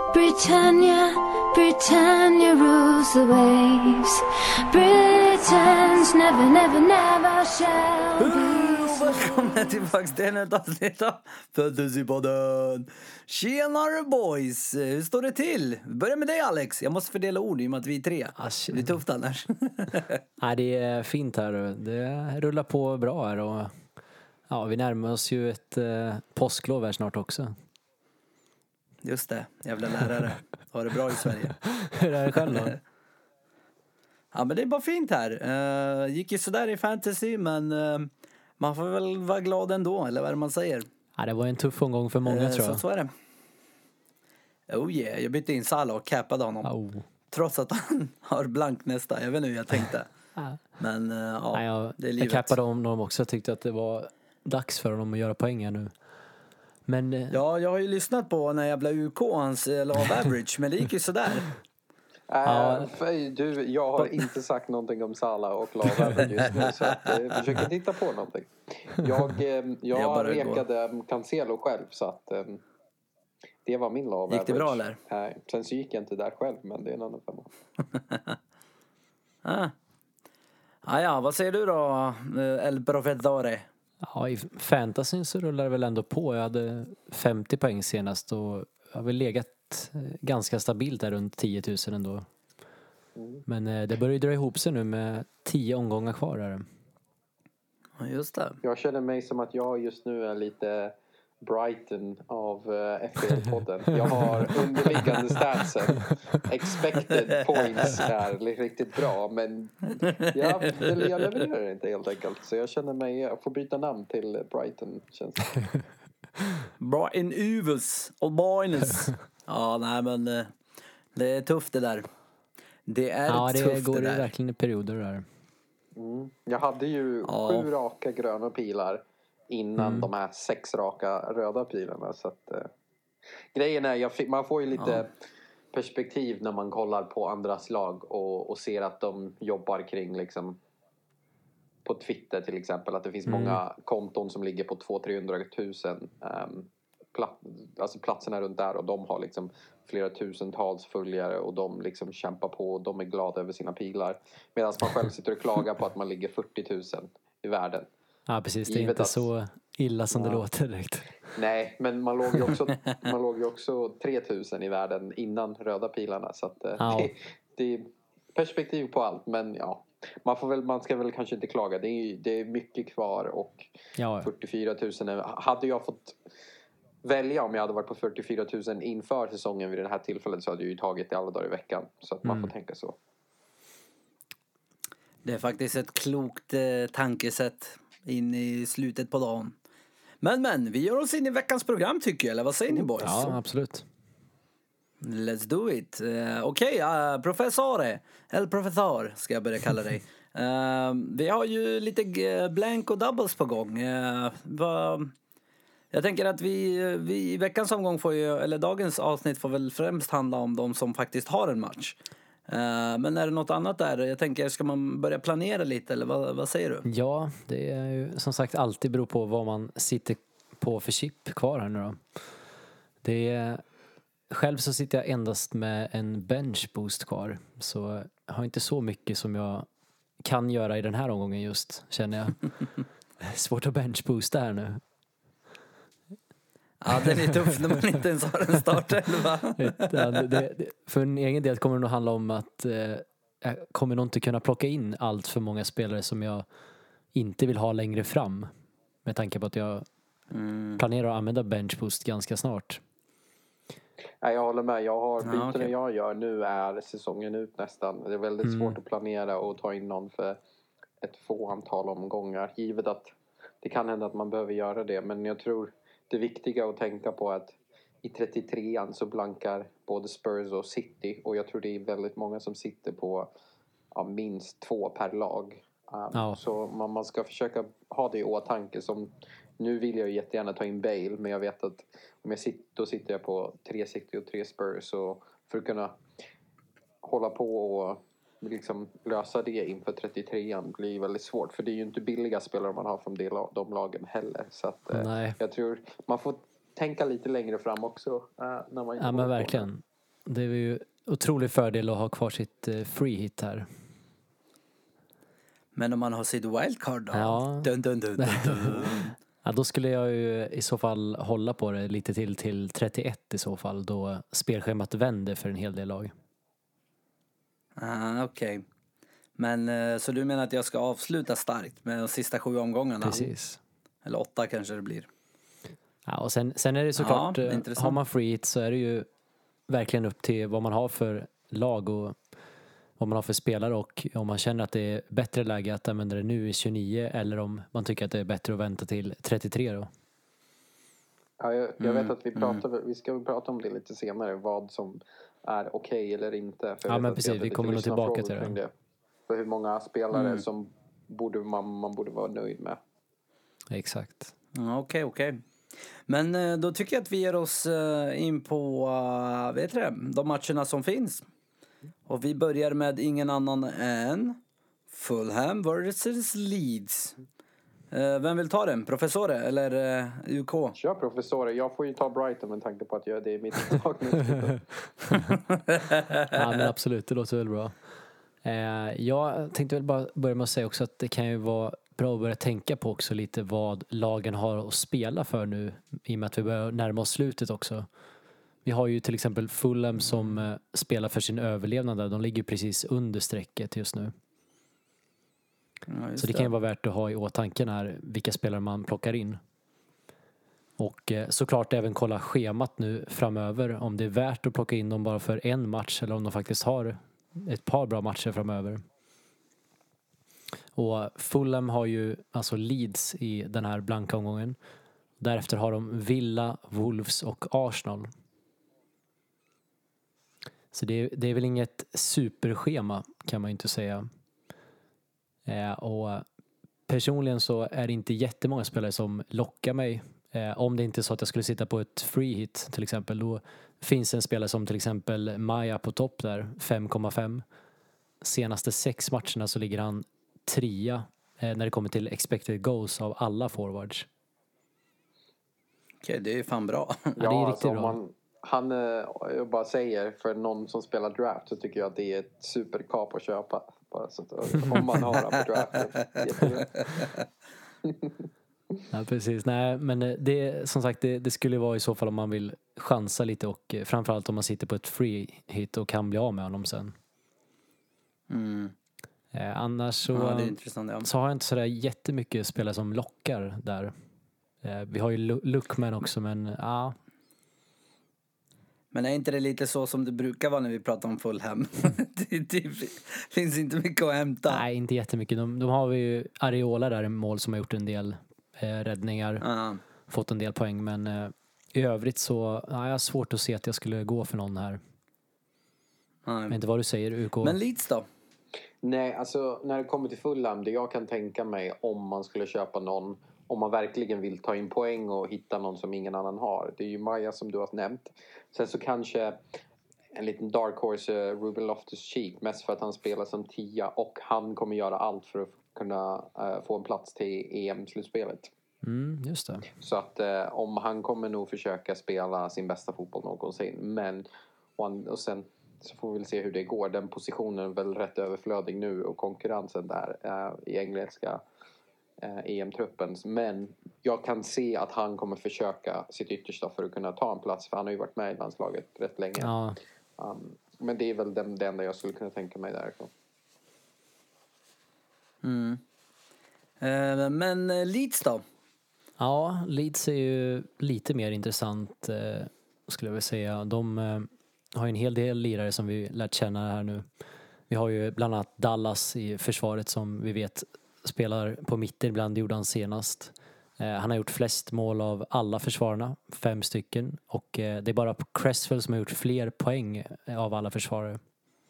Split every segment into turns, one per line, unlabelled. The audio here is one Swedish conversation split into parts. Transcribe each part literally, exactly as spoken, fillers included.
Britannia, Britannia rules the waves. Britons never, never, never shall be.
Välkomna tillbaka till en avsnitt av Fantasypodden. Tjenare boys, hur står det till? Börja med dig Alex, jag måste fördela ord i och med att vi är tre.
Asch.
Det är tufft annars.
Nej, det är fint här. Det rullar på bra här och ja, vi närmar oss ju ett eh, påsklov här snart också.
Just det, jävla lärare. Har det bra i Sverige.
Hur är det själv då?
Ja, men det är bara fint här. Uh, gick ju sådär i fantasy, men uh, man får väl vara glad ändå, eller vad är det man säger?
Ja, det var en tuff omgång för många uh, tror jag.
Så, så är det. Oh yeah, jag bytte in Salah och cappade honom.
Oh.
Trots att han har blank nästa, jag vet inte hur jag tänkte.
Ja.
Men uh, ja,
Nej, jag,
det är livet.
Jag cappade honom också, jag tyckte att det var dags för honom att göra poäng här nu. Men, uh,
ja, jag har ju lyssnat på när jävla U K, hans uh, love average, men det gick ju sådär.
Äh, för, du, jag har inte sagt någonting om Salah och Lava just nu, så att, eh, försöker titta på någonting. Jag, eh, jag, jag rekade Cancelo själv, så att eh, det var min Lava.
Gick det bra eller?
Äh, sen så gick jag inte där själv, men det är en annan femma.
ah. ah, ja, vad säger du då, El Profetore?
Ja, i fantasyn så rullar det väl ändå på. Jag hade femtio poäng senast och jag har väl legat ganska stabilt där runt tio tusen ändå. Mm. Men eh, det börjar ju dra ihop sig nu med tio omgångar kvar här.
Ja, just det.
Jag känner mig som att jag just nu är lite Brighton av uh, F P L-podden. Jag har underliggande statsen. Expected points är riktigt bra, men jag, jag levererar inte helt enkelt. Så jag känner mig, jag får byta namn till Brighton, känns det.
Brighton Uvus och Boyness. Ja, nej men det är tufft det där. Det är
ja, det
tufft
går
det
det
där.
verkligen i perioder där.
Mm. Jag hade ju ja. sju raka gröna pilar innan mm. de här sex raka röda pilarna. Så att, eh, grejen är, jag fick, man får ju lite ja. perspektiv när man kollar på andras lag och, och ser att de jobbar kring liksom på Twitter till exempel, att det finns mm. många konton som ligger på två till trehundratusen um, plat, alltså platserna runt där, och de har liksom flera tusentals följare och de liksom kämpar på och de är glada över sina pilar, medan man själv sitter och klagar på att man ligger fyrtio tusen i världen.
Ja, precis, det är inte att, så illa som ja. det låter direkt.
Nej, men man låg ju också, man låg ju också tre tusen i världen innan röda pilarna, så att ja. det, det är perspektiv på allt, men ja, man får väl, man ska väl kanske inte klaga. Det är, det är mycket kvar och ja. fyrtiofyra tusen är, hade jag fått välja om jag hade varit på fyrtiofyra tusen inför säsongen vid det här tillfället, så hade jag ju tagit det alla dagar i veckan, så att man mm. får tänka så.
Det är faktiskt ett klokt eh, tankesätt in i slutet på dagen. Men men, vi gör oss in i veckans program tycker jag, eller vad säger ni boys?
Ja, absolut.
Let's do it. Uh, Okej, okay, uh, professore, El Professor ska jag börja kalla dig. Uh, vi har ju lite blank och doubles på gång. Uh, va, jag tänker att vi, vi i veckans omgång får ju, eller dagens avsnitt får väl främst handla om de som faktiskt har en match. Uh, men är det något annat där? Jag tänker, ska man börja planera lite eller vad, vad säger du?
Ja, det är ju som sagt alltid beror på vad man sitter på för chip kvar här nu då. Det är... Själv så sitter jag endast med en bench boost kvar, så jag har inte så mycket som jag kan göra i den här omgången just, känner jag. Svårt att bench boosta här nu.
Ja, det är lite tufft när man inte ens har en startelva.
ja, det, det, för en egen del kommer det nog handla om att eh, jag kommer nog inte kunna plocka in allt för många spelare som jag inte vill ha längre fram, med tanke på att jag mm. planerar att använda bench boost ganska snart.
Nej, jag håller med. Jag har byten ah, okay. jag gör nu är säsongen ut nästan. Det är väldigt mm. svårt att planera och ta in någon för ett få antal omgångar. Givet att det kan hända att man behöver göra det. Men jag tror det viktiga att tänka på är att i trettioettan så blankar både Spurs och City. Och jag tror det är väldigt många som sitter på ja, minst två per lag. Um, ja. Så man, man ska försöka ha det i åtanke. Som, nu vill jag jättegärna ta in Bale, men jag vet att om jag sitter, då sitter jag på tre City och tre Spurs. Och för att kunna hålla på och liksom lösa det inför trettioettan blir väldigt svårt. För det är ju inte billiga spelare man har från de, de lagen heller. Så att, eh, jag tror man får tänka lite längre fram också. Eh, när man
ja, men verkligen. det är ju otrolig fördel att ha kvar sitt eh, free hit här.
Men om man har sitt wildcard då?
Ja.
Dun, dun, dun, dun, dun.
Ja, då skulle jag ju i så fall hålla på det lite till till trettioett i så fall, då spelschemat vänder för en hel del lag.
Ah, okej. Okay. Men eh, så du menar att jag ska avsluta starkt med de sista sju omgångarna?
Precis.
Eller åtta kanske det blir.
Ja, och sen, sen är det såklart,
ja,
eh, har man free hit så är det ju verkligen upp till vad man har för lag och vad man har för spelare, och om man känner att det är bättre läge att använda det nu i tjugonio eller om man tycker att det är bättre att vänta till trettiotre då.
Ja, jag, jag
Mm,
vet att vi pratar,
mm.
vi ska prata om det lite senare, vad som är okej okay eller inte. För
ja men precis, vi kommer nog tillbaka till det.
det. För hur många spelare
Mm.
som borde man, man borde vara nöjd med.
Exakt.
Okej, okay, okej. Okay. Men eh, då tycker jag att vi ger oss eh, in på uh, vet du det, de matcherna som finns. Och vi börjar med ingen annan än Fulham versus Leeds. Uh, vem vill ta den? Professore eller uh, U K?
Kör professore. Jag får ju ta Brighton med tanke på att jag, det är mitt lag nu.
Ja men absolut, det låter väl bra. Uh, jag tänkte väl bara börja med att säga också att det kan ju vara bra att börja tänka på också lite vad lagen har att spela för nu, i och med att vi börjar närma oss slutet också. Vi har ju till exempel Fulham som uh, spelar för sin överlevnad där. De ligger precis under strecket just nu.
Ja, just
så det, det kan ju vara värt att ha i åtanke här vilka spelare man plockar in. Och eh, såklart även kolla schemat nu framöver, om det är värt att plocka in dem bara för en match eller om de faktiskt har ett par bra matcher framöver. Och Fulham har ju alltså Leeds i den här blanka omgången. Därefter har de Villa, Wolves och Arsenal. Så det är, det är väl inget superschema kan man ju inte säga. Eh, och personligen så är det inte jättemånga spelare som lockar mig. Eh, om det inte är så att jag skulle sitta på ett free hit till exempel, då finns en spelare som till exempel Maja på topp där, fem komma fem. Senaste sex matcherna så ligger han trea eh, när det kommer till expected goals av alla forwards.
Okej, det är fan bra.
Ja, det är
ja,
riktigt
alltså,
bra.
Man, han, jag bara säger, för någon som spelar draft så tycker jag att det är ett superkap att köpa. Bara så att, om man har han på draft.
Ja, precis. Nej, men det, som sagt, det, det skulle vara i så fall om man vill chansa lite och framförallt om man sitter på ett free hit och kan bli av med honom sen.
Mm.
Eh, annars så,
ja, det är intressant, ja.
så har jag inte sådär jättemycket spelare som lockar där. Eh, vi har ju Lookman också, men ja.
Men är inte det lite så som det brukar vara när vi pratar om Fulham? det, det finns inte mycket att hämta.
Nej, inte jättemycket. De, de har ju Areola där i mål som har gjort en del eh, räddningar.
Uh.
Fått en del poäng, men eh, i övrigt så ja, jag har svårt att se att jag skulle gå för någon här.
Uh.
Men inte vad du säger, U K.
Men Leeds då?
Nej, alltså när det kommer till Fulham, det jag kan tänka mig om man skulle köpa någon, om man verkligen vill ta in poäng och hitta någon som ingen annan har. Det är ju Maja som du har nämnt. Sen så kanske en liten dark horse, uh, Ruben Loftus-Cheek, mest för att han spelar som tia och han kommer göra allt för att kunna uh, få en plats till E M-slutspelet.
Mm, just det.
Så att uh, om han kommer nog försöka spela sin bästa fotboll någonsin. Men, och, han, och sen så får vi väl se hur det går. Den positionen är väl rätt överflödig nu och konkurrensen där uh, i engelska uh, E M-truppen. Men jag kan se att han kommer försöka sitt yttersta för att kunna ta en plats. För han har ju varit med i landslaget rätt länge.
Ja.
Um, men det är väl den, den enda jag skulle kunna tänka mig därifrån.
Mm. Uh, men Leeds då?
Ja, Leeds är ju lite mer intressant eh, skulle jag vilja säga. De eh, har ju en hel del lirare som vi lärt känna här nu. Vi har ju bland annat Dallas i försvaret som vi vet spelar på mitten, ibland gjorde han senast. Eh, han har gjort flest mål av alla försvararna, fem stycken. Och eh, det är bara Cresswell som har gjort fler poäng av alla försvarare.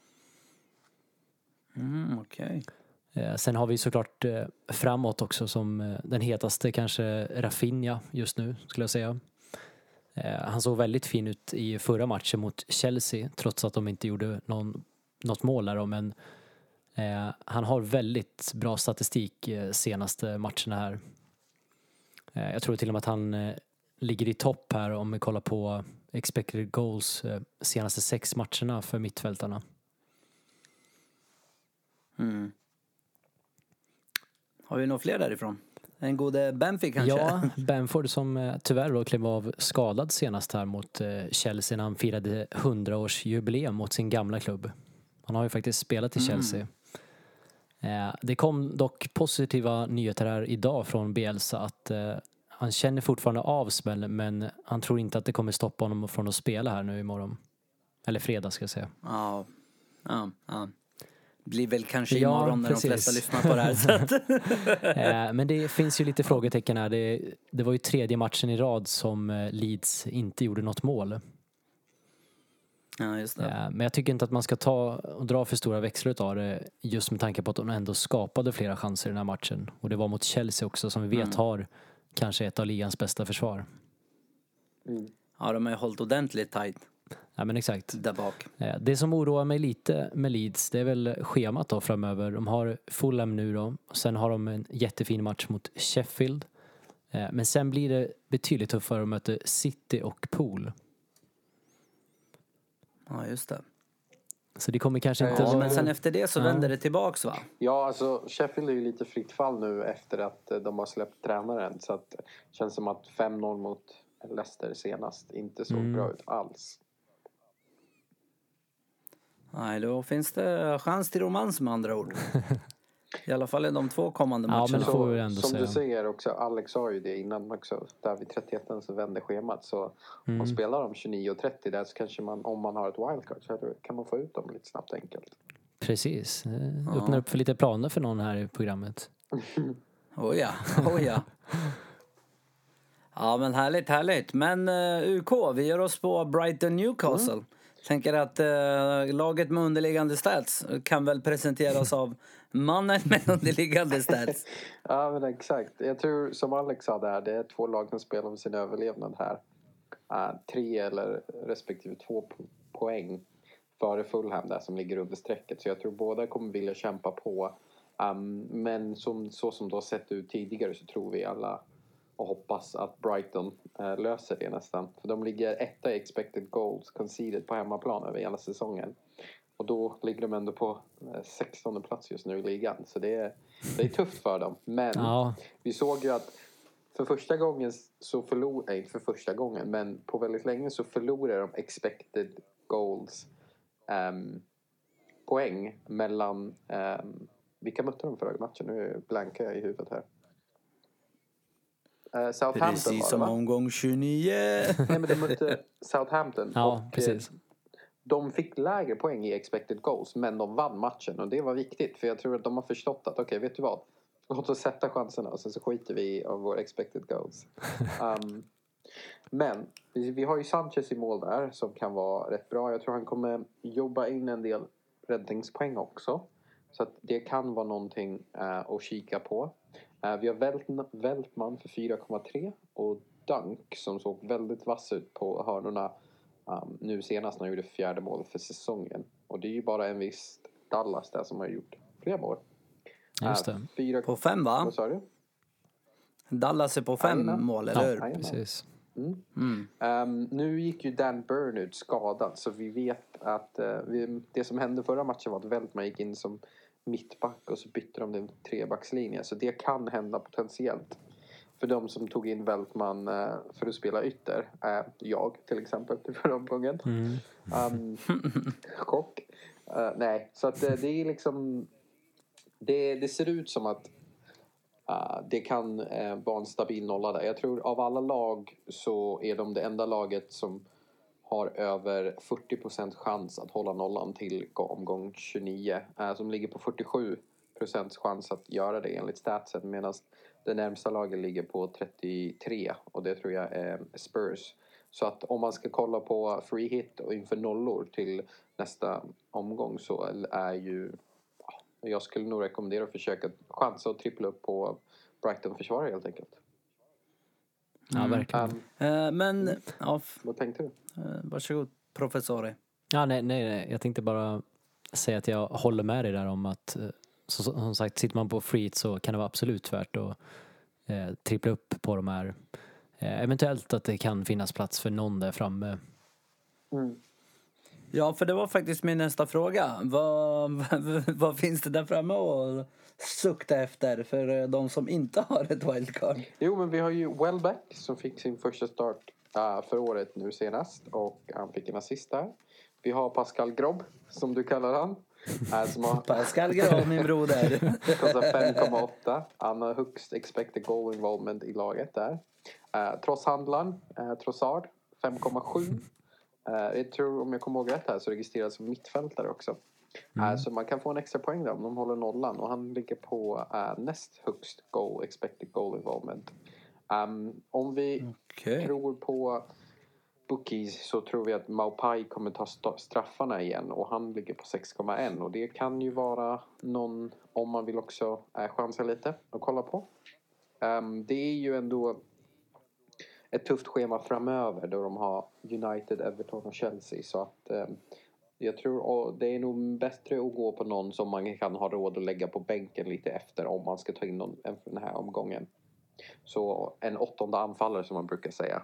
Mm, okej. Okay.
Eh, sen har vi såklart eh, framåt också som eh, den hetaste kanske Rafinha just nu skulle jag säga. Eh, han såg väldigt fin ut i förra matchen mot Chelsea trots att de inte gjorde någon, något mål där. Men eh, han har väldigt bra statistik eh, senaste matcherna här. Eh, jag tror till och med att han eh, ligger i topp här om vi kollar på expected goals eh, senaste sex matcherna för mittfältarna.
Mm. Har vi några fler därifrån? En gode Benfica kanske?
Ja, Bamford som eh, tyvärr då klev av skadad senast här mot eh, Chelsea när han firade hundraårsjubileum mot sin gamla klubb. Han har ju faktiskt spelat i Chelsea. Mm. Eh, det kom dock positiva nyheter här idag från Bielsa att eh, han känner fortfarande av smällen, men han tror inte att det kommer stoppa honom från att spela här nu imorgon. Eller fredag ska jag säga.
Ja, ja, ja. Blir väl kanske
Ja,
imorgon när
precis.
de flesta lyssnar på det här. Så att
eh, men det finns ju lite frågetecken här. Det, det var ju tredje matchen i rad som eh, Leeds inte gjorde något mål.
Ja, just det.
Eh, men jag tycker inte att man ska ta och dra för stora växlar av det, just med tanke på att de ändå skapade flera chanser i den här matchen. Och det var mot Chelsea också, som vi vet
Mm.
har kanske ett av ligans bästa försvar.
Mm.
Ja, de har ju hållit ordentligt tajt
Ja, men exakt.
där bak.
Eh, Det som oroar mig lite med Leeds, det är väl schemat då framöver. De har Fulham nu då, och sen har de en jättefin match mot Sheffield. Eh, Men sen blir det betydligt tuffare att möta City och Pool.
Ja, just det.
Så det kommer kanske inte...
Ja,
så-
men sen efter det så
Ja.
vänder det tillbaks, va?
Ja, alltså Sheffield är ju lite fritt fall nu efter att eh, de har släppt tränaren. Så att det känns som att fem noll mot Leicester senast inte såg
Mm.
bra ut alls.
Nej, då finns det chans till romans med andra ord. I alla fall i de två kommande
Ja, men
matcherna.
det får vi ändå
som
säga.
du säger också, Alex sa ju det innan också. Där vid trettioett så vänder schemat. Så
Mm.
om spelar de tjugonio och trettio där så kanske man, om man har ett wildcard så kan man få ut dem lite snabbt enkelt.
Precis. Eh,
Ja.
Öppnar upp för lite planer för någon här i programmet.
Oh ja, oh ja. Ja, men härligt, härligt. Men uh, U K, vi gör oss på Brighton Newcastle.
Mm.
Tänker att uh, laget med underliggande stats kan väl presenteras av mannen med underliggande stats.
Ja, men exakt. Jag tror som Alex sa där, det är två lag som spelar om sin överlevnad här. Uh, tre eller respektive två po- poäng före Fulham där som ligger under strecket. Så jag tror båda kommer vilja kämpa på. Um, men som, så som det har sett ut tidigare så tror vi alla och hoppas att Brighton uh, löser det nästan. För de ligger etta i expected goals conceded på hemmaplan över hela säsongen. Och då ligger de ändå på sextonde plats just nu i ligan. Så det är, det är tufft för dem. Men
Ja,
vi såg ju att för första gången så förlorade, nej inte för första gången, men på väldigt länge så förlorade de expected goals um, poäng mellan, um, vilka mötte de förra matchen? Nu blankar jag i huvudet här. Uh, Southampton
Precis
var det,
som
va?
omgång tjugonio.
Nej, men de mötte Southampton.
ja
och,
precis.
eh, De fick lägre poäng i expected goals, men de vann matchen. Och det var viktigt, för jag tror att de har förstått att okej, okay, vet du vad? Låt oss sätta chanserna och sen så skiter vi av våra expected goals. Um, men vi, vi har ju Sanchez i mål där som kan vara rätt bra. Jag tror han kommer jobba in en del räddningspoäng också. Så att det kan vara någonting uh, att kika på. Uh, vi har Welt- Weltman för fyra komma tre och Dunk som såg väldigt vass ut på hörnorna um, nu senast när han gjorde fjärde mål för säsongen. Och det är ju bara en viss Dallas där som har gjort fler mål.
Just det.
Uh, fyra...
På fem, va?
Vad sa du?
Dallas är på fem
Jajamän.
mål, eller hur?
Ja,
Jajamän.
precis.
Mm.
Mm.
Um, nu gick ju Dan Burn ut skadad, så vi vet att uh, vi, det som hände förra matchen var att Weltman gick in som mittback och så bytte de till trebackslinje. Så det kan hända potentiellt. För de som tog in Weltman uh, för att spela ytter, uh, jag till exempel till förra omgången.
Mm.
Um, chock. Uh, nej, så att uh, det är liksom det, det ser ut som att Uh, det kan uh, vara en stabil nolla där. Jag tror av alla lag så är de det enda laget som har över fyrtio procent chans att hålla nollan till omgång tjugonio. Uh, som ligger på fyrtiosju procent chans att göra det enligt statsen. Medan det närmsta laget ligger på trettiotre och det tror jag är Spurs. Så att om man ska kolla på free hit och inför nollor till nästa omgång så är ju... Jag skulle nog rekommendera att försöka chansa och trippla upp på Brighton-försvarare helt enkelt.
Ja, verkligen.
Um,
Eh, men, ja, f-
vad tänkte du?
eh, varsågod, professor.
Ja, nej, nej, nej. Jag tänkte bara säga att jag håller med dig där om att eh, så, som sagt, sitter man på free så kan det vara absolut värt att eh, trippla upp på de här. Eh, eventuellt att det kan finnas plats för någon där framme.
Mm.
Ja, för det var faktiskt min nästa fråga. Vad, vad, vad finns det där framme att sukta efter för de som inte har ett wildcard?
Jo, men vi har ju Welbeck som fick sin första start uh, för året nu senast. Och han fick en assist där. Vi har Pascal Grob, som du kallar han. Uh, som har...
Pascal Grob, min broder.
Kostar fem komma åtta. Han har högst expected goal involvement i laget där. Uh, Trosshandlaren, uh, Trossard, fem komma sju. Uh, jag tror, om jag kommer ihåg rätt här, så registreras som mittfältare också. Mm. Uh, så man kan få en extra poäng där om de håller nollan. Och han ligger på uh, näst högst goal, expected goal involvement. Um, om vi okay. tror på bookies så tror vi att Maupai kommer ta st- straffarna igen. Och han ligger på sex komma ett. Och det kan ju vara någon, om man vill också uh, chansa lite och kolla på. Um, det är ju ändå ett tufft schema framöver då de har United, Everton och Chelsea. Så att eh, jag tror och det är nog bättre att gå på någon som man kan ha råd att lägga på bänken lite efter om man ska ta in någon för den här omgången. Så en åttonde anfallare som man brukar säga.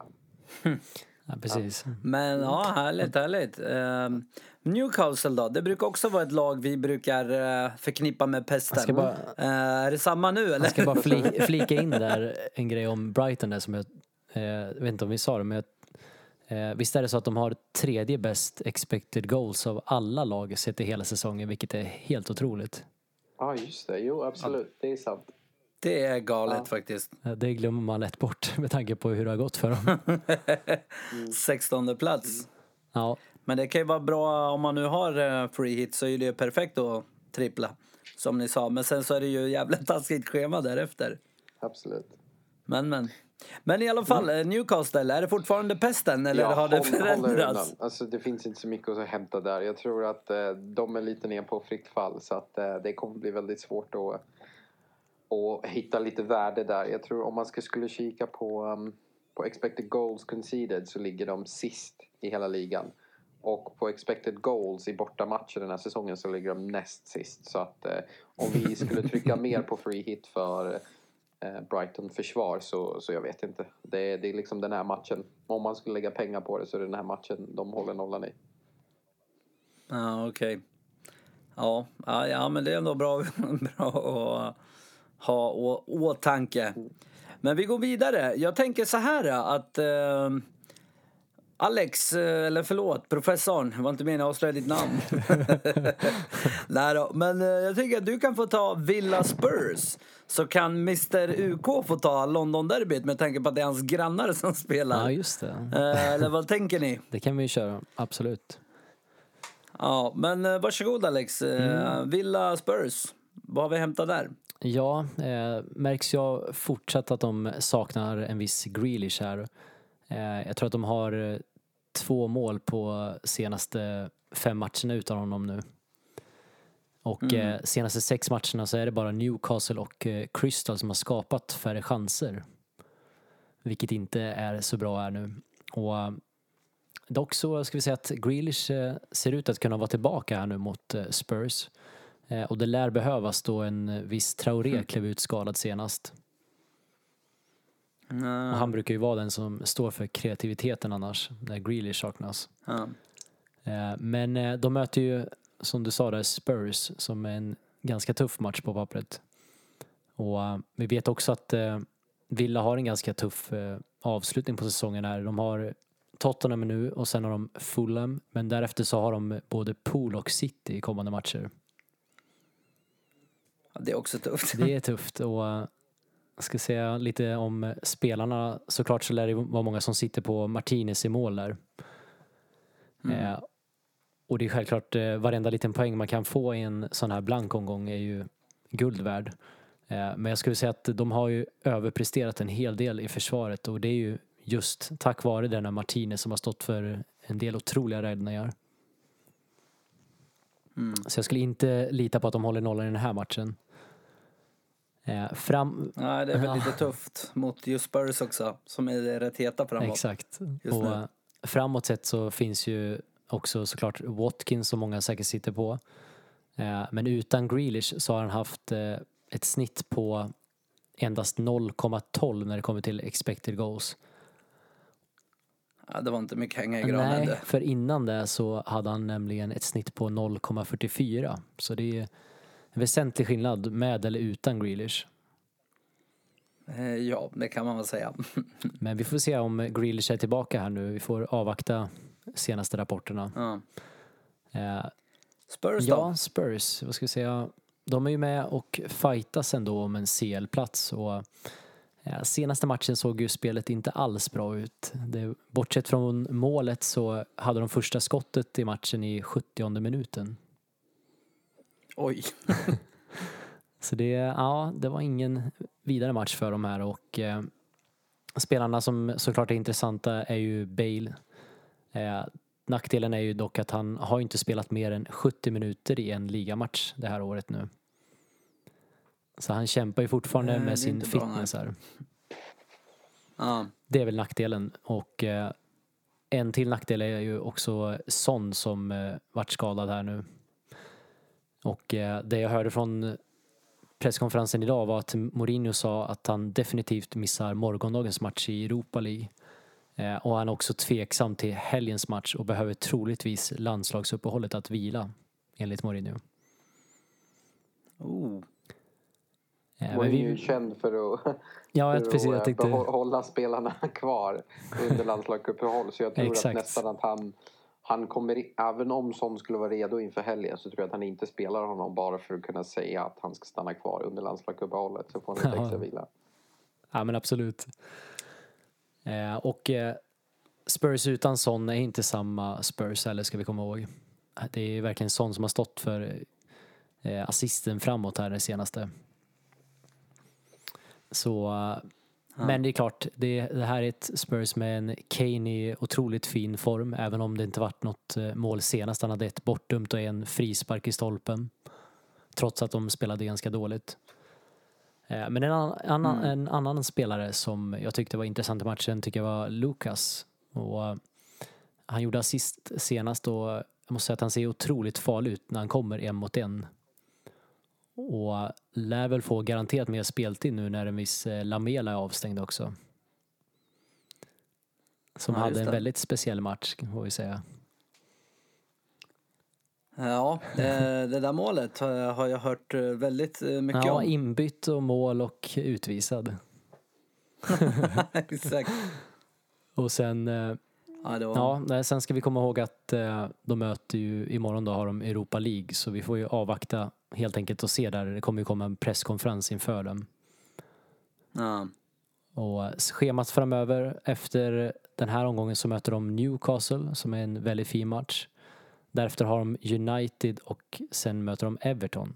Ja, precis.
Ja. Men ja, härligt, härligt. Uh, Newcastle då, det brukar också vara ett lag vi brukar uh, förknippa med pesten. Bara, uh, är det samma nu eller?
Jag ska bara fli- flika in där en grej om Brighton där som jag uh, vet inte om vi sa det, men uh, visst är det så att de har tredje bäst expected goals av alla lag sett i hela säsongen, vilket är helt otroligt.
Ja, ah, just det. Jo, absolut. Ja. Det är sant.
Det är galet ja. faktiskt.
Det glömmer man lätt bort med tanke på hur det har gått för dem.
mm. sextonde plats. Mm.
Ja.
Men det kan ju vara bra om man nu har free hit, så är det perfekt att trippla. Som ni sa. Men sen så är det ju jävligt taskigt schema därefter.
Absolut.
Men, men. Men i alla fall, mm. Newcastle, är det fortfarande pesten eller
ja,
har det förändrats?
Alltså det finns inte så mycket att hämta där. Jag tror att eh, de är lite ner på fritt fall. Så att eh, det kommer bli väldigt svårt att och hitta lite värde där. Jag tror om man ska, skulle kika på, um, på expected goals conceded så ligger de sist i hela ligan. Och på expected goals i bortamatcher den här säsongen så ligger de näst sist. Så att eh, om vi skulle trycka mer på free hit för eh, Brighton försvar så, så jag vet inte. Det, det är liksom den här matchen. Om man skulle lägga pengar på det så är det den här matchen de håller nollan i.
Ja, ah, okej. Okay. Ja, ja, ja, men det är ändå bra, bra att ha å, åtanke. Men vi går vidare. Jag tänker så här att eh, Alex, eller förlåt, professorn, var inte meningen att avslöja ditt namn. Nej då, men eh, jag tycker att du kan få ta Villa Spurs. Så kan mister U K få ta London Derbyt med tanke på att det är hans grannar som spelar.
Ja, just det.
Eh, eller vad tänker ni?
Det kan vi ju köra, absolut.
Ja, men eh, varsågod Alex. Eh, mm. Villa Spurs, vad har vi hämtat där?
Ja, eh, märks jag fortsatt att de saknar en viss Grealish här. Eh, jag tror att de har eh, två mål på senaste fem matcherna utan honom nu. Och mm. eh, senaste sex matcherna så är det bara Newcastle och eh, Crystal som har skapat färre chanser. Vilket inte är så bra här nu. Och eh, dock så ska vi säga att Grealish eh, ser ut att kunna vara tillbaka här nu mot eh, Spurs. Och det lär behövas då en viss Traoré klev ut skadad senast. Mm. Och han brukar ju vara den som står för kreativiteten annars, när Grealish saknas.
Mm.
Men de möter ju, som du sa där, Spurs som är en ganska tuff match på pappret. Och vi vet också att Villa har en ganska tuff avslutning på säsongen här. De har Tottenham nu och sen har de Fulham. Men därefter så har de både Pool och City i kommande matcher.
Det är också tufft.
Det är tufft och jag ska säga lite om spelarna. Såklart så lär det vara många som sitter på Martinez i mål där. Mm. Eh, och det är självklart eh, varenda liten poäng man kan få i en sån här blank omgång är ju guld värd. Eh, men jag skulle säga att de har ju överpresterat en hel del i försvaret och det är ju just tack vare den här Martinez som har stått för en del otroliga räddningar. Mm. Så jag skulle inte lita på att de håller nollan i den här matchen. Eh, fram...
Nej, det är väl ja. lite tufft mot just Spurs också, som är rätt heta framåt.
Exakt. Och nu. Framåt sett så finns ju också såklart Watkins som många säkert sitter på. Eh, men utan Grealish så har han haft eh, ett snitt på endast noll komma tolv när det kommer till expected goals.
Ja, det var inte mycket hänga i granen.
Nej, för innan det så hade han nämligen ett snitt på noll komma fyrtiofyra. Så det är en väsentlig skillnad med eller utan Grealish.
Ja, det kan man väl säga.
Men vi får se om Grealish är tillbaka här nu. Vi får avvakta senaste rapporterna.
Ja.
Eh,
Spurs då?
Ja, Spurs. Vad ska vi säga? De är ju med och fightas ändå om en C L-plats. Och ja, senaste matchen såg ju spelet inte alls bra ut. Det, bortsett från målet så hade de första skottet i matchen i sjuttionde minuten.
Oj.
Så det, ja, det var ingen vidare match för dem här. Och eh, spelarna som såklart är intressanta är ju Bale. Eh, nackdelen är ju dock att han har inte spelat mer än sjuttio minuter i en ligamatch det här året nu. Så han kämpar ju fortfarande
Nej,
med sin fitness
bra,
här.
Ja.
Det är väl nackdelen. Och eh, en till nackdel är ju också Son som eh, vart skadad här nu. Och eh, det jag hörde från presskonferensen idag var att Mourinho sa att han definitivt missar morgondagens match i Europa League. Eh, och han är också tveksam till helgens match och behöver troligtvis landslagsuppehållet att vila, enligt Mourinho.
Oh.
Eh,
Mourinho
vi...
är ju känd för att,
ja,
för
precis, jag
att
tänkte...
hålla spelarna kvar under landslagsuppehåll. Så jag tror
Exakt.
att nästan att han, han kommer, i, även om Son skulle vara redo inför helgen, så tror jag att han inte spelar honom bara för att kunna säga att han ska stanna kvar under landslagsuppehållet, så får han lite
Ja.
extra vila.
Ja, men absolut. Eh, och eh, Spurs utan Son är inte samma Spurs, eller ska vi komma ihåg. Det är verkligen Son som har stått för eh, assisten framåt här det senaste. Så, eh,
Ja.
men det är klart, det, det här är ett Spurs med en Kane i otroligt fin form, även om det inte varit något eh, mål senast. Han hade ett bortdömt och en frispark i stolpen, trots att de spelade ganska dåligt. Men en annan, annan,
Mm.
en annan spelare som jag tyckte var intressant i matchen tycker jag var Lucas. Och han gjorde assist senast och jag måste säga att han ser otroligt farlig ut när han kommer en mot en. Och lär väl få garanterat mer speltid nu när en viss Lamela är avstängd också. Som
Ja, just
hade en
det.
väldigt speciell match, får vi säga.
Ja, det, det där målet har jag, har jag hört väldigt mycket
Ja,
om.
inbytt och mål och utvisad.
Exakt.
Och sen...
Ja, det var...
Ja, nej, sen ska vi komma ihåg att eh, de möter ju imorgon då har de Europa League, så vi får ju avvakta helt enkelt och se där. Det kommer ju komma en presskonferens inför dem.
Ja.
Och eh, schemat framöver efter den här omgången så möter de Newcastle som är en väldigt fin match. Därefter har de United och sen möter de Everton.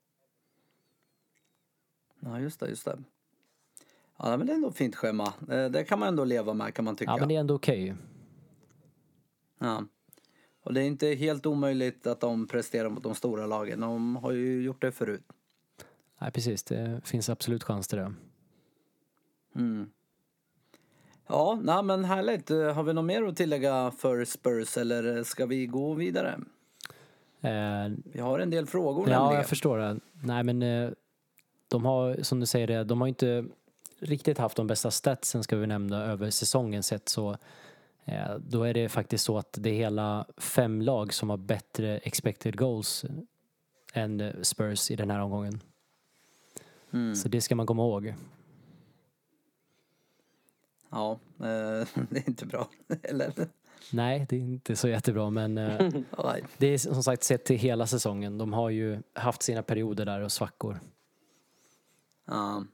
Ja, just det, just det. Ja, men det är ändå ett fint schema. Det, det kan man ändå leva med, kan man tycka.
Ja, men det är ändå okej.
Ja. Och det är inte helt omöjligt att de presterar mot de stora lagen. De har ju gjort det förut.
Nej, precis. Det finns absolut chans till det.
Mm. Ja, nej, men härligt. Har vi något mer att tillägga för Spurs eller ska vi gå vidare?
Eh,
Vi har en del frågor
ja,
nämligen.
jag förstår det. Nej, men eh, de har, som du säger det, de har inte riktigt haft de bästa statsen, ska vi nämna, över säsongen sett, så eh, då är det faktiskt så att det är hela fem lag som har bättre expected goals än Spurs i den här omgången.
Mm.
Så det ska man komma ihåg.
Ja, eh, det är inte bra. Eller?
Nej, det är inte så jättebra, men eh,
Nej.
det är som sagt sett till hela säsongen. De har ju haft sina perioder där och svackor.
Ja.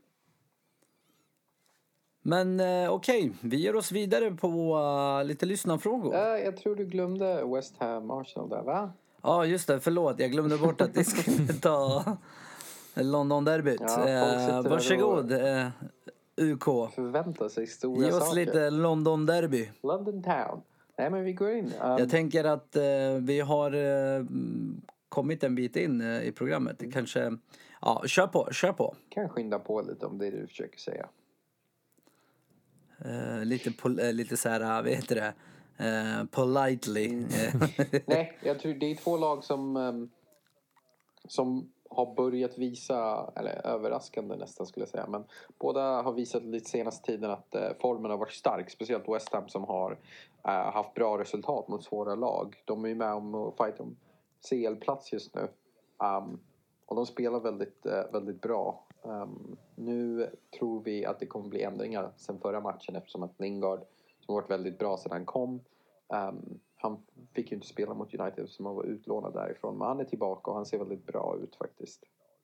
Men eh, okej, vi ger oss vidare på uh, lite lyssnarfrågor.
Äh, jag tror du glömde West Ham Arsenal där, va?
Ja, just det. Förlåt, jag glömde bort att vi skulle ta London-derbyt.
Ja, folk
eh,
sitter där
varsågod, eh, U K.
Förväntar sig stora
Ge oss
saker.
lite London-derby.
London Town. Nej, men vi går in. Um,
Jag tänker att eh, vi har eh, kommit en bit in eh, i programmet. Det kanske... Ja, kör på, kör på.
kan skynda på lite om det är det du försöker säga.
Eh, lite, pol- eh, lite så här, vad heter det? Eh, politely.
Nej, jag tror det är två lag som, um, som har börjat visa, eller överraskande nästan skulle jag säga, men båda har visat lite senaste tiden att eh, formen har varit stark, speciellt West Ham som har eh, haft bra resultat mot svåra lag. De är ju med om att fighta om C L-plats just nu. Um, och de spelar väldigt, eh, väldigt bra. Um, nu tror vi att det kommer bli ändringar sen förra matchen, eftersom att Lingard, som har varit väldigt bra sedan han kom, um, han fick ju inte spela mot United som han var utlånad därifrån. Men han är tillbaka och han ser väldigt bra ut faktiskt.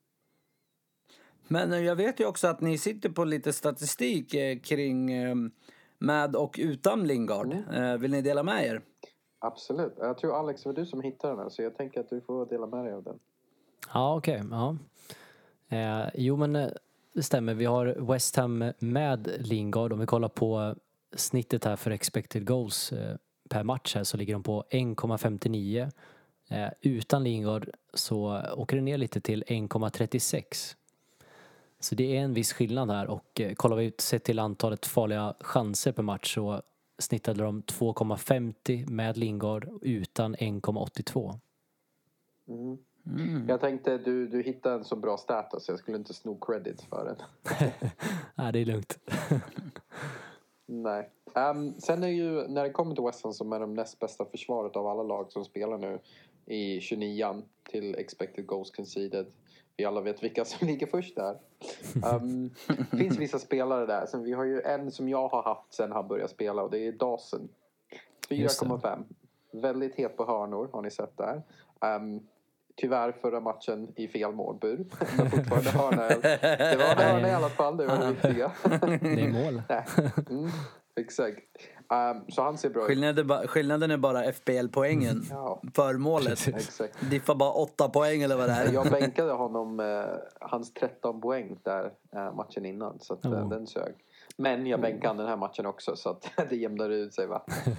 Men jag vet ju också att ni sitter på lite statistik eh, kring eh, med och utan Lingard. Mm. Eh, vill ni dela med er?
Absolut. Jag tror Alex, det var du som hittade den här, så jag tänker att du får dela med dig av den.
Ja, okej. Okay. Ja. Eh, jo, men det stämmer. Vi har West Ham med Lingard. Om vi kollar på snittet här för expected goals eh, per match här, så ligger de på en komma femtionio. Eh, utan Lingard så åker det ner lite till en komma trettiosex. Så det är en viss skillnad här, och eh, kollar vi ut sett till antalet farliga chanser per match så snittade de två komma femtio med Lingard, utan en komma åttiotvå.
Mm. Mm. Jag tänkte du, du hittade en så bra stat så jag skulle inte sno credit för den.
Nej, det är lugnt.
Nej. Um, sen är ju, när det kommer till West Ham, som är de näst bästa försvaret av alla lag som spelar nu i tjugonio till expected goals conceded. Vi alla vet vilka som ligger först där. Um, det finns vissa spelare där. Sen vi har ju en som jag har haft sen han började spela, och det är Dawson. fyra komma fem. Väldigt het på hörnor, har ni sett där. Um, tyvärr förra matchen i fel målbur. Men fortfarande hörna. Det var hörna i alla fall, det var det viktiga.
Det är mål.
mm, exakt. Um, så han ser bra
skillnaden, ba- skillnaden är bara F P L-poängen ja. för målet.
Exakt.
Diffar bara åtta poäng eller vad det är.
Jag bänkade honom eh, hans tretton poäng där eh, matchen innan, så att, oh. eh, den sög. Men jag bänkade den här matchen också, så att det jämnade ut sig, va?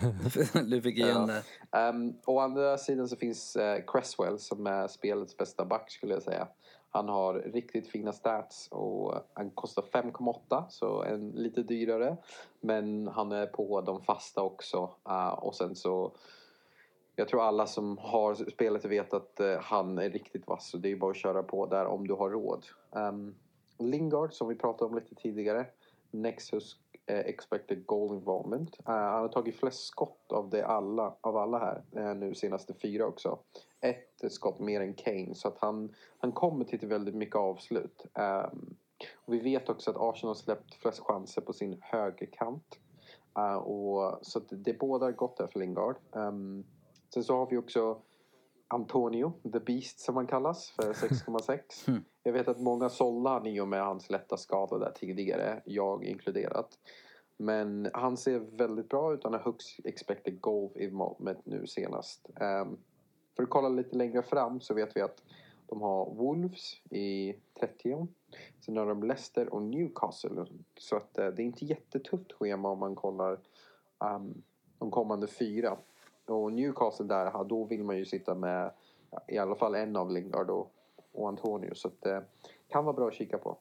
Du fick igen
det. Ja. Um, å andra sidan så finns eh, Cresswell som är spelets bästa back, skulle jag säga. Han har riktigt fina stats och han kostar fem komma åtta, så en lite dyrare. Men han är på de fasta också. Uh, och sen så, jag tror alla som har spelat vet att uh, han är riktigt vass. Så det är bara att köra på där om du har råd. Um, Lingard, som vi pratade om lite tidigare. Nexus uh, expected goal involvement. Uh, han har tagit flest skott av, det alla, av alla här. Uh, nu senaste fyra också. Ett skott mer än Kane, så att han, han kommer till väldigt mycket avslut. Um, och vi vet också att Arsenal har släppt flest chanser på sin högerkant. Uh, och, så att det båda gott där för Lingard. Um, sen så har vi också Antonio, the beast som han kallas, för sex komma sex. Mm. Jag vet att många sålde han i och med hans lätta skada där tidigare, jag inkluderat. Men han ser väldigt bra ut. Han har högst expected goal involvement nu senast. Um, För att kolla lite längre fram så vet vi att de har Wolves i trettio. Sen har de Leicester och Newcastle. Så att det är inte jättetufft schema om man kollar um, de kommande fyra. Och Newcastle där, då vill man ju sitta med i alla fall en av Lingard och, och Antonio. Så att det kan vara bra att kika på.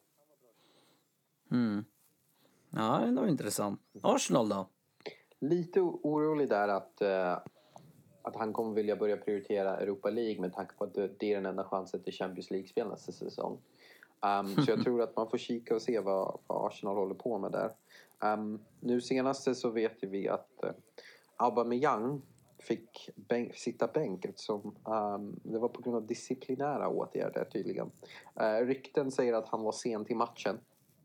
Mm. Ja, det var intressant. Arsenal då?
Lite orolig där att... Uh, att han kommer vilja börja prioritera Europa League med tanke på att det är den enda chansen till Champions League-spel nästa säsong. Um, så jag tror att man får kika och se vad, vad Arsenal håller på med där. Um, nu senaste så vet vi att uh, Aubameyang fick bänk, sitta bänk eftersom um, det var på grund av disciplinära åtgärder tydligen. Uh, rykten säger att han var sen till matchen.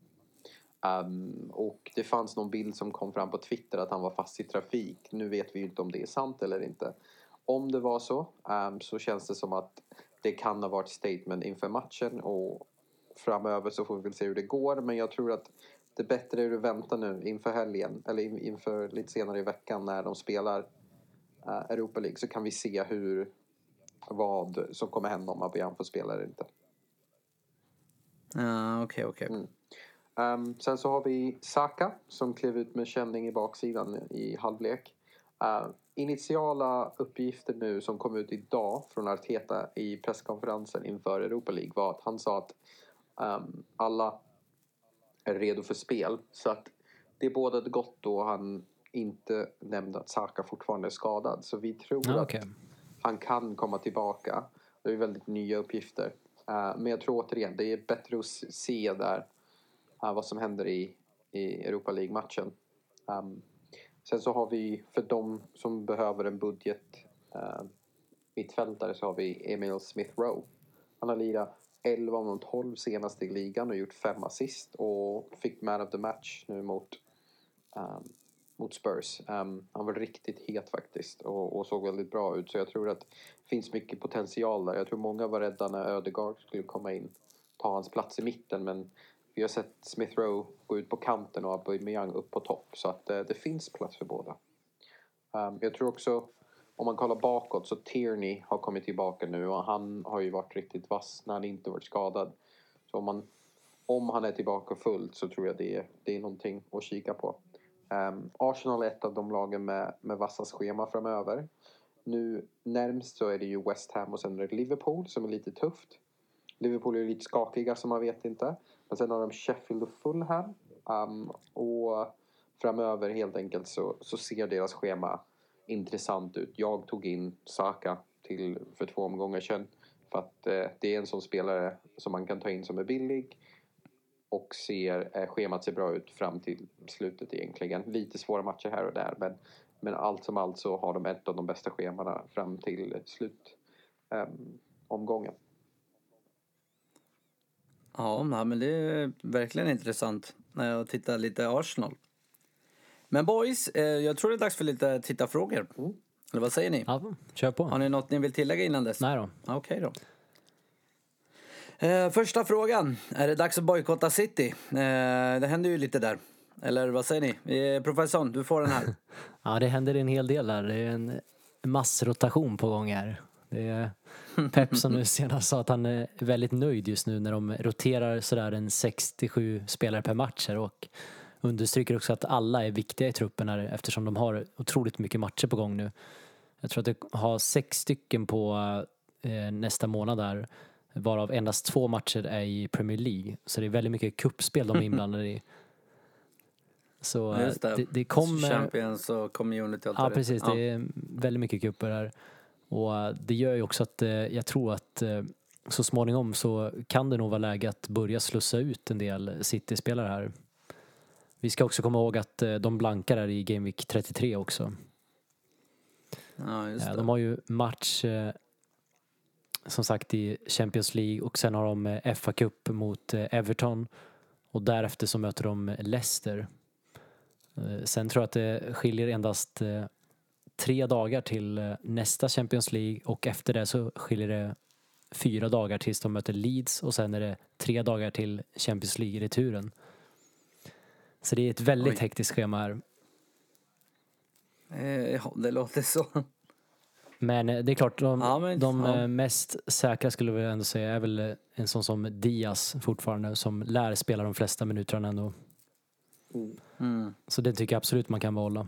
Um, och det fanns någon bild som kom fram på Twitter att han var fast i trafik. Nu vet vi ju inte om det är sant eller inte. Om det var så um, så känns det som att det kan ha varit statement inför matchen. Och framöver så får vi väl se hur det går. Men jag tror att det är bättre att vänta nu inför helgen. Eller in, inför lite senare i veckan när de spelar uh, Europa League. Så kan vi se hur, vad som kommer hända om Aubameyang får spela eller inte.
Ja, okej, okej.
Mm. Um, sen så har vi Saka som klev ut med känning i baksidan i halvlek. Uh, initiala uppgifter nu som kom ut idag från Arteta i presskonferensen inför Europa League var att han sa att um, alla är redo för spel. Så att det bådade gott då han inte nämnde att Saka fortfarande är skadad. Så vi tror
ah, okay.
att han kan komma tillbaka. Det är väldigt nya uppgifter. Uh, men jag tror återigen, det är bättre att se där uh, vad som händer i, i Europa League-matchen. Um, sen så har vi, för de som behöver en budget uh, mittfältare, så har vi Emil Smith Rowe. Han har lirat elva av de tolv senaste i ligan och gjort fem assist och fick man of the match nu mot, um, mot Spurs. Um, han var riktigt het faktiskt och, och såg väldigt bra ut, så jag tror att det finns mycket potential där. Jag tror många var rädda när Ödegaard skulle komma in, ta hans plats i mitten, men vi har sett Smith Rowe gå ut på kanten och Aubameyang upp på topp, så att uh, det finns plats för båda. Um, jag tror också, om man kollar bakåt, så Tierney har kommit tillbaka nu och han har ju varit riktigt vass när han inte varit skadad. Så om, man, om han är tillbaka fullt, så tror jag det är, det är någonting att kika på. Um, Arsenal är ett av de lagen med, med vassas schema framöver. Nu närmst så är det ju West Ham och sen är det Liverpool som är lite tufft. Liverpool är lite skakiga som man vet inte. Men sen har de Sheffield och Fulham. Um, och framöver helt enkelt så, så ser deras schema intressant ut. Jag tog in Saka till för två omgångar sedan för att eh, det är en sån spelare som man kan ta in som är billig och ser eh, schemat ser bra ut fram till slutet egentligen. Lite svåra matcher här och där, men, men allt som allt så har de ett av de bästa schemana fram till slut eh, omgången.
Ja, men det är verkligen intressant när jag tittar lite Arsenal. Men boys, eh, jag tror det är dags för lite tittarfrågor. Mm. Eller vad säger ni?
Ja, kör på.
Har ni något ni vill tillägga innan dess?
Nej då.
Okej då. Eh, första frågan. Är det dags att bojkotta City? Eh, det händer ju lite där. Eller vad säger ni? Eh, professorn, du får den här.
Ja, det händer en hel del där. Det är en massrotation på gång här. Det är Pep som nu senast sa att han är väldigt nöjd just nu när de roterar sådär en sextiosju spelare per match här, och understryker också att alla är viktiga i truppen här eftersom de har otroligt mycket matcher på gång nu. Jag tror att det har sex stycken på eh, nästa månad där, varav endast två matcher är i Premier League. Så det är väldigt mycket kuppspel de är inblandade i. Så
ja, just det.
Det, det kommer...
Champions och community och allt
ja,
det.
precis.
Ja.
Det är väldigt mycket kupper här. Och det gör ju också att eh, jag tror att eh, så småningom så kan det nog vara läge att börja slussa ut en del City-spelare här. Vi ska också komma ihåg att eh, de blankar här i Game Week trettiotre också.
Ja, just det.
De har ju match eh, som sagt i Champions League och sen har de eh, F A Cup mot eh, Everton och därefter så möter de Leicester. Eh, sen tror jag att det skiljer endast eh, tre dagar till eh, nästa Champions League och efter det så skiljer det fyra dagar tills de möter Leeds och sen är det tre dagar till Champions League-returen. Så det är ett väldigt Oj. hektiskt schema här.
Eh, ja, det låter så.
Men det är klart, de,
ja, men,
de
ja.
mest säkra skulle vi ändå säga är väl en sån som Diaz fortfarande, som lär spela de flesta minuterna ändå.
Mm.
Så det tycker jag absolut man kan behålla.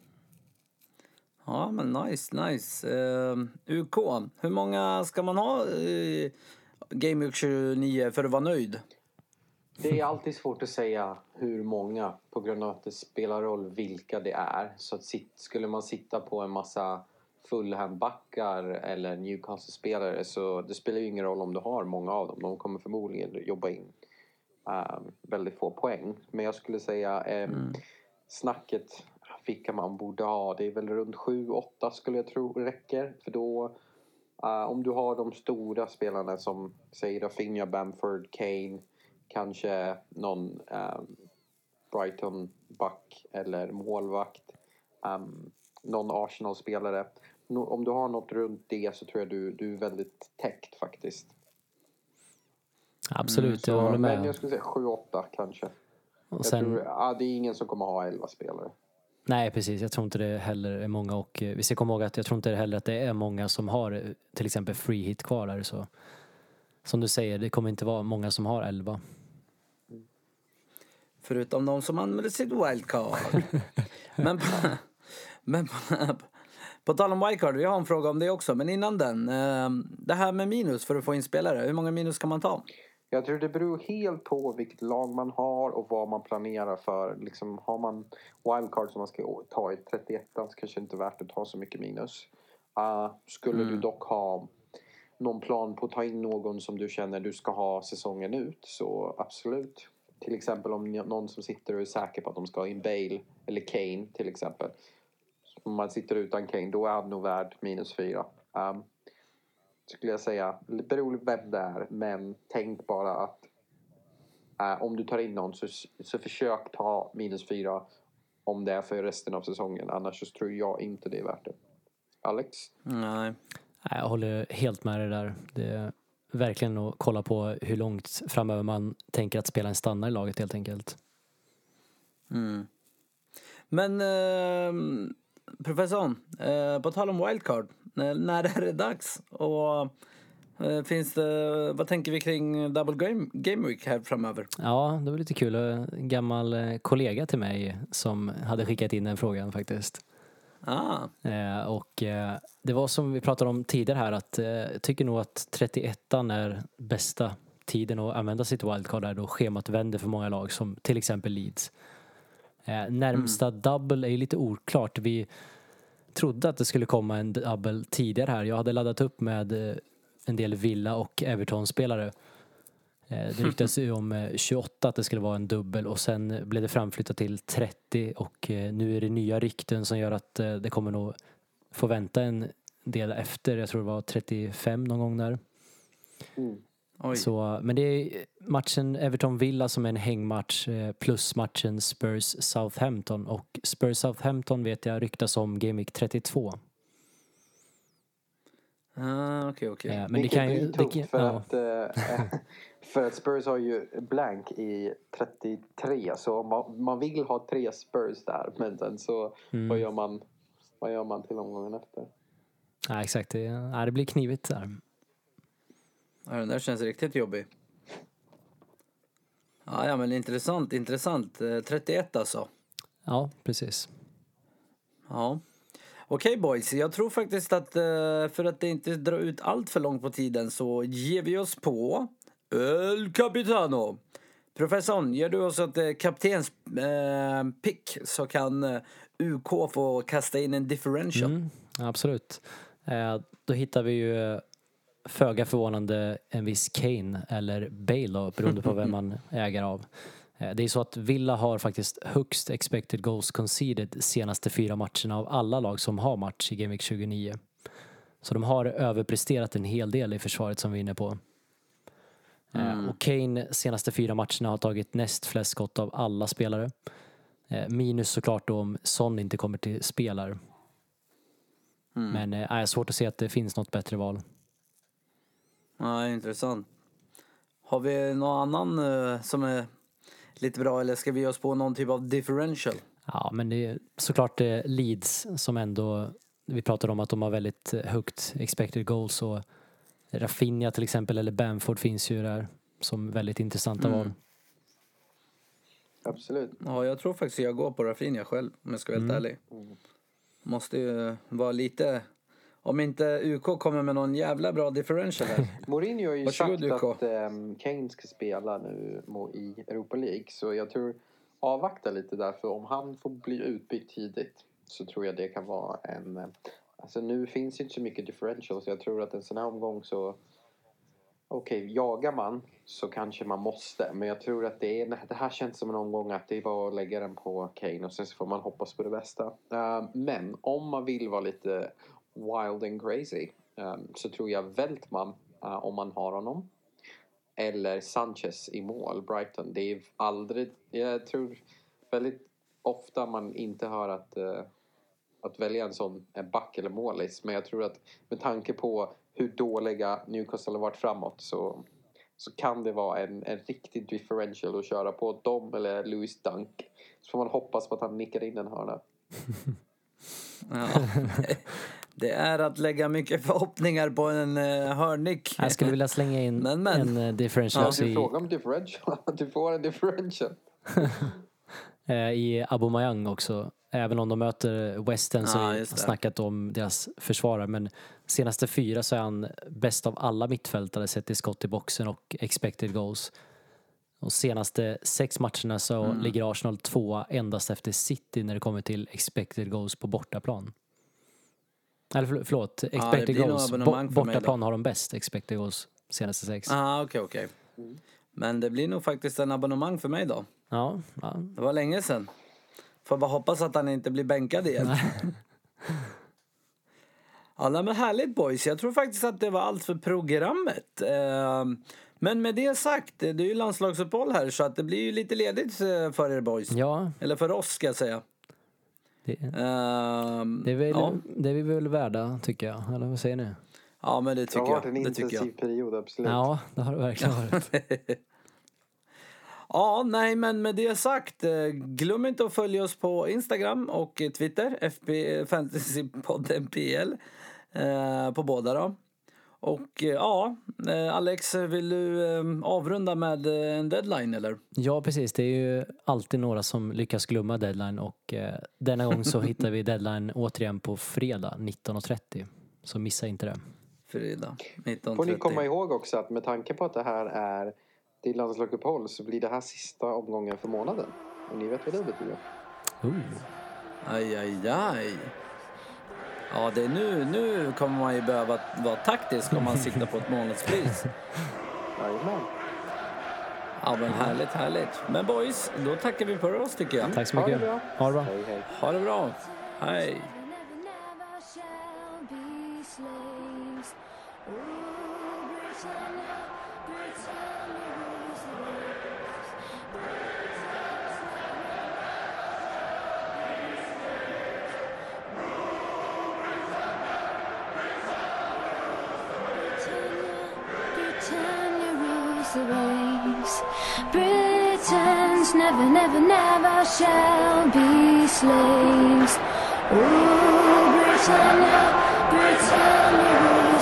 Ja, men nice, nice. Uh, U K, hur många ska man ha i Game Week tjugonio för att vara nöjd?
Det är alltid svårt att säga hur många på grund av att det spelar roll vilka det är. Så att sit, skulle man sitta på en massa Fulham-backar eller Newcastle-spelare så det spelar ju ingen roll om du har många av dem. De kommer förmodligen jobba in uh, väldigt få poäng. Men jag skulle säga um, mm. snacket vilka man borde ha. Det är väl runt sju åtta skulle jag tro räcker. För då uh, om du har de stora spelarna som säger Rafinha, Bamford, Kane, kanske någon um, Brighton-back eller målvakt. Um, någon Arsenal-spelare. No, om du har något runt det så tror jag du, du är väldigt täckt faktiskt.
Absolut,
mm,
jag håller med.
Men jag skulle säga sju åtta kanske.
Och sen,
jag tror, ah, det är ingen som kommer ha elva spelare.
Nej, precis. Jag tror inte det heller är många. Och vi ska komma ihåg att jag tror inte heller att det är många som har till exempel free hit kvar där. Så. Som du säger, det kommer inte vara många som har elva.
Förutom de som använder sitt wildcard. men på, men på, på tal om wildcard, vi har en fråga om det också. Men innan den, det här med minus för att få in spelare. Hur många minus kan man ta?
Jag tror det beror helt på vilket lag man har och vad man planerar för. Liksom, har man wildcard som man ska ta i trettioett så kanske det inte är värt att ta så mycket minus. Uh, skulle mm. du dock ha någon plan på att ta in någon som du känner du ska ha säsongen ut, så absolut. Till exempel om någon som sitter och är säker på att de ska ha in Bale eller Kane till exempel. Om man sitter utan Kane, då är det nog värd minus fyra. Um, skulle jag säga, beror på vem det är, men tänk bara att uh, om du tar in någon så, så försök ta minus fyra om det är för resten av säsongen. Annars så tror jag inte det är värt det. Alex?
Nej.
Jag håller helt med dig där. Det är verkligen att kolla på hur långt framöver man tänker att spelaren stannar i laget helt enkelt.
Mm. Men eh, professorn, eh, på tal om wildcard, när, när är det dags? Och eh, finns det, vad tänker vi kring double game, game week här framöver?
Ja, det var lite kul. En gammal kollega till mig som hade skickat in den frågan faktiskt.
Ah.
Eh, och eh, det var som vi pratade om tidigare här, att eh, jag tycker nog att trettioettan är bästa tiden att använda sitt wildcard där då schemat vänder för många lag som till exempel Leeds. Eh, närmsta mm. double är lite oklart. Vi trodde att det skulle komma en double tidigare här. Jag hade laddat upp med eh, en del Villa och Everton-spelare. Det ryktades ju om tjugoåtta att det skulle vara en dubbel, och sen blev det framflyttat till trettio, och nu är det nya rykten som gör att det kommer nog få vänta en del efter. Jag tror det var trettiofem någon gång där.
Mm.
Oj.
Så, men det är matchen Everton-Villa som är en hängmatch plus matchen Spurs-Southampton, och Spurs-Southampton vet jag ryktas om Game Week trettiotvå.
Ah, okej, okay, okej. Okay.
Ja, men
det,
det
kan ju
det kan,
för,
ja.
att, äh, för att Spurs har ju blank i trettiotre, så man, man vill ha tre Spurs där, men sen så mm. vad gör man vad gör man till omgången efter?
Ja, exakt. Det, ja, det blir knivigt där.
Ja, den där känns riktigt jobbig. Ja, ja, men intressant, intressant. trettioett alltså.
Ja, precis.
Ja. Okej, okay, boys, jag tror faktiskt att för att det inte drar ut allt för långt på tiden så ger vi oss på El Capitano. Professorn, ger du oss ett kaptens eh, pick så kan U K få kasta in en differential.
Mm, absolut. Eh, då hittar vi ju föga förvånande en viss Kane eller Bale då, beroende på vem man äger av. Det är så att Villa har faktiskt högst expected goals conceded senaste fyra matcherna av alla lag som har match i Game Week tjugonio. Så de har överpresterat en hel del i försvaret som vi är inne på. Mm. Och Kane senaste fyra matcherna har tagit näst flest skott av alla spelare. Minus såklart då om Son inte kommer till spelar. Mm. Men det är svårt att se att det finns något bättre val.
Ja, intressant. Har vi någon annan uh, som är lite bra, eller ska vi ge oss på någon typ av differential?
Ja, men det är såklart det Leeds som ändå, vi pratar om att de har väldigt högt expected goals, och Rafinha till exempel eller Bamford finns ju där som väldigt intressanta mm. val.
Absolut.
Ja, jag tror faktiskt jag går på Rafinha själv, om jag ska vara helt ärlig. Mm. Måste ju vara lite, om inte U K kommer med någon jävla bra differential här.
Mourinho har ju sagt att um, Kane ska spela nu i Europa League, så jag tror avvakta lite där, för om han får bli utbytt tidigt så tror jag det kan vara en, alltså nu finns det inte så mycket differential, så jag tror att en sån här omgång så okej, okay, jagar man så kanske man måste, men jag tror att det är, det här känns som en omgång att det är bara att lägga den på Kane och sen så får man hoppas på det bästa. Uh, men om man vill vara lite wild and crazy um, så tror jag Veltman uh, om man har honom, eller Sanchez i mål, Brighton. Det är aldrig, jag tror väldigt ofta man inte hör att uh, att välja en sån en back eller målis, men jag tror att med tanke på hur dåliga Newcastle har varit framåt så, så kan det vara en, en riktig differential att köra på dem eller Lewis Dunk. Så får man hoppas på att han nickar in en hörna.
Ja, det är att lägga mycket förhoppningar på en uh, hörnick.
Jag skulle vilja slänga in men, men. en uh, differential.
Ja, du frågar om differential. Du får en differential.
I Aubameyang också. Även om de möter West Ham så har vi snackat om deras försvarare. Men senaste fyra så är han bäst av alla mittfältare sett i skott i boxen och expected goals. Och senaste sex matcherna så mm. ligger Arsenal tvåa endast efter City när det kommer till expected goals på bortaplan. Eller för, förlåt, expected
ja,
goals. Bo, bortaplan har de bäst expected goals senaste sex.
Ah, okej, okay, okej. Okay. Mm. Men det blir nog faktiskt en abonnemang för mig då.
Ja, ja.
Det var länge sedan. Får bara hoppas att han inte blir bänkad igen. Ja, men härligt boys. Jag tror faktiskt att det var allt för programmet. Men med det sagt, det är ju landslagsuppehåll här så att det blir ju lite ledigt för er boys.
Ja.
Eller för oss ska jag säga.
Det, um, det, är, väl, ja. det är vi väl värda tycker jag. Eller vad säger ni?
Ja, men det tycker jag.
Det har varit en
det
intensiv period, absolut.
Ja, det har det verkligen varit.
Ja, nej, men med det sagt, glöm inte att följa oss på Instagram och Twitter, F P Fantasypodden P L, eh, på båda då. Och ja, Alex, vill du avrunda med en deadline eller?
Ja, precis. Det är ju alltid några som lyckas glömma deadline och eh, denna gång så hittar vi deadline återigen på fredag nitton och trettio. Så missa inte det.
Fredag nitton och trettio.
Får ni komma ihåg också att med tanke på att det här är till landslagsuppehåll så blir det här sista omgången för månaden. Och ni vet vad det betyder.
Uh.
Aj, aj, aj. Ja, det är nu, nu kommer man ju behöva vara taktisk om man siktar på ett månadspris.
Jajamän.
Ja, men härligt, härligt. Men boys, då tackar vi för oss tycker jag.
Tack så mycket. Ha det bra.
Hej, hej.
Ha det bra. Hej.
The waves. Britons never, never, never shall be slaves. Oh, Britannia, Britannia.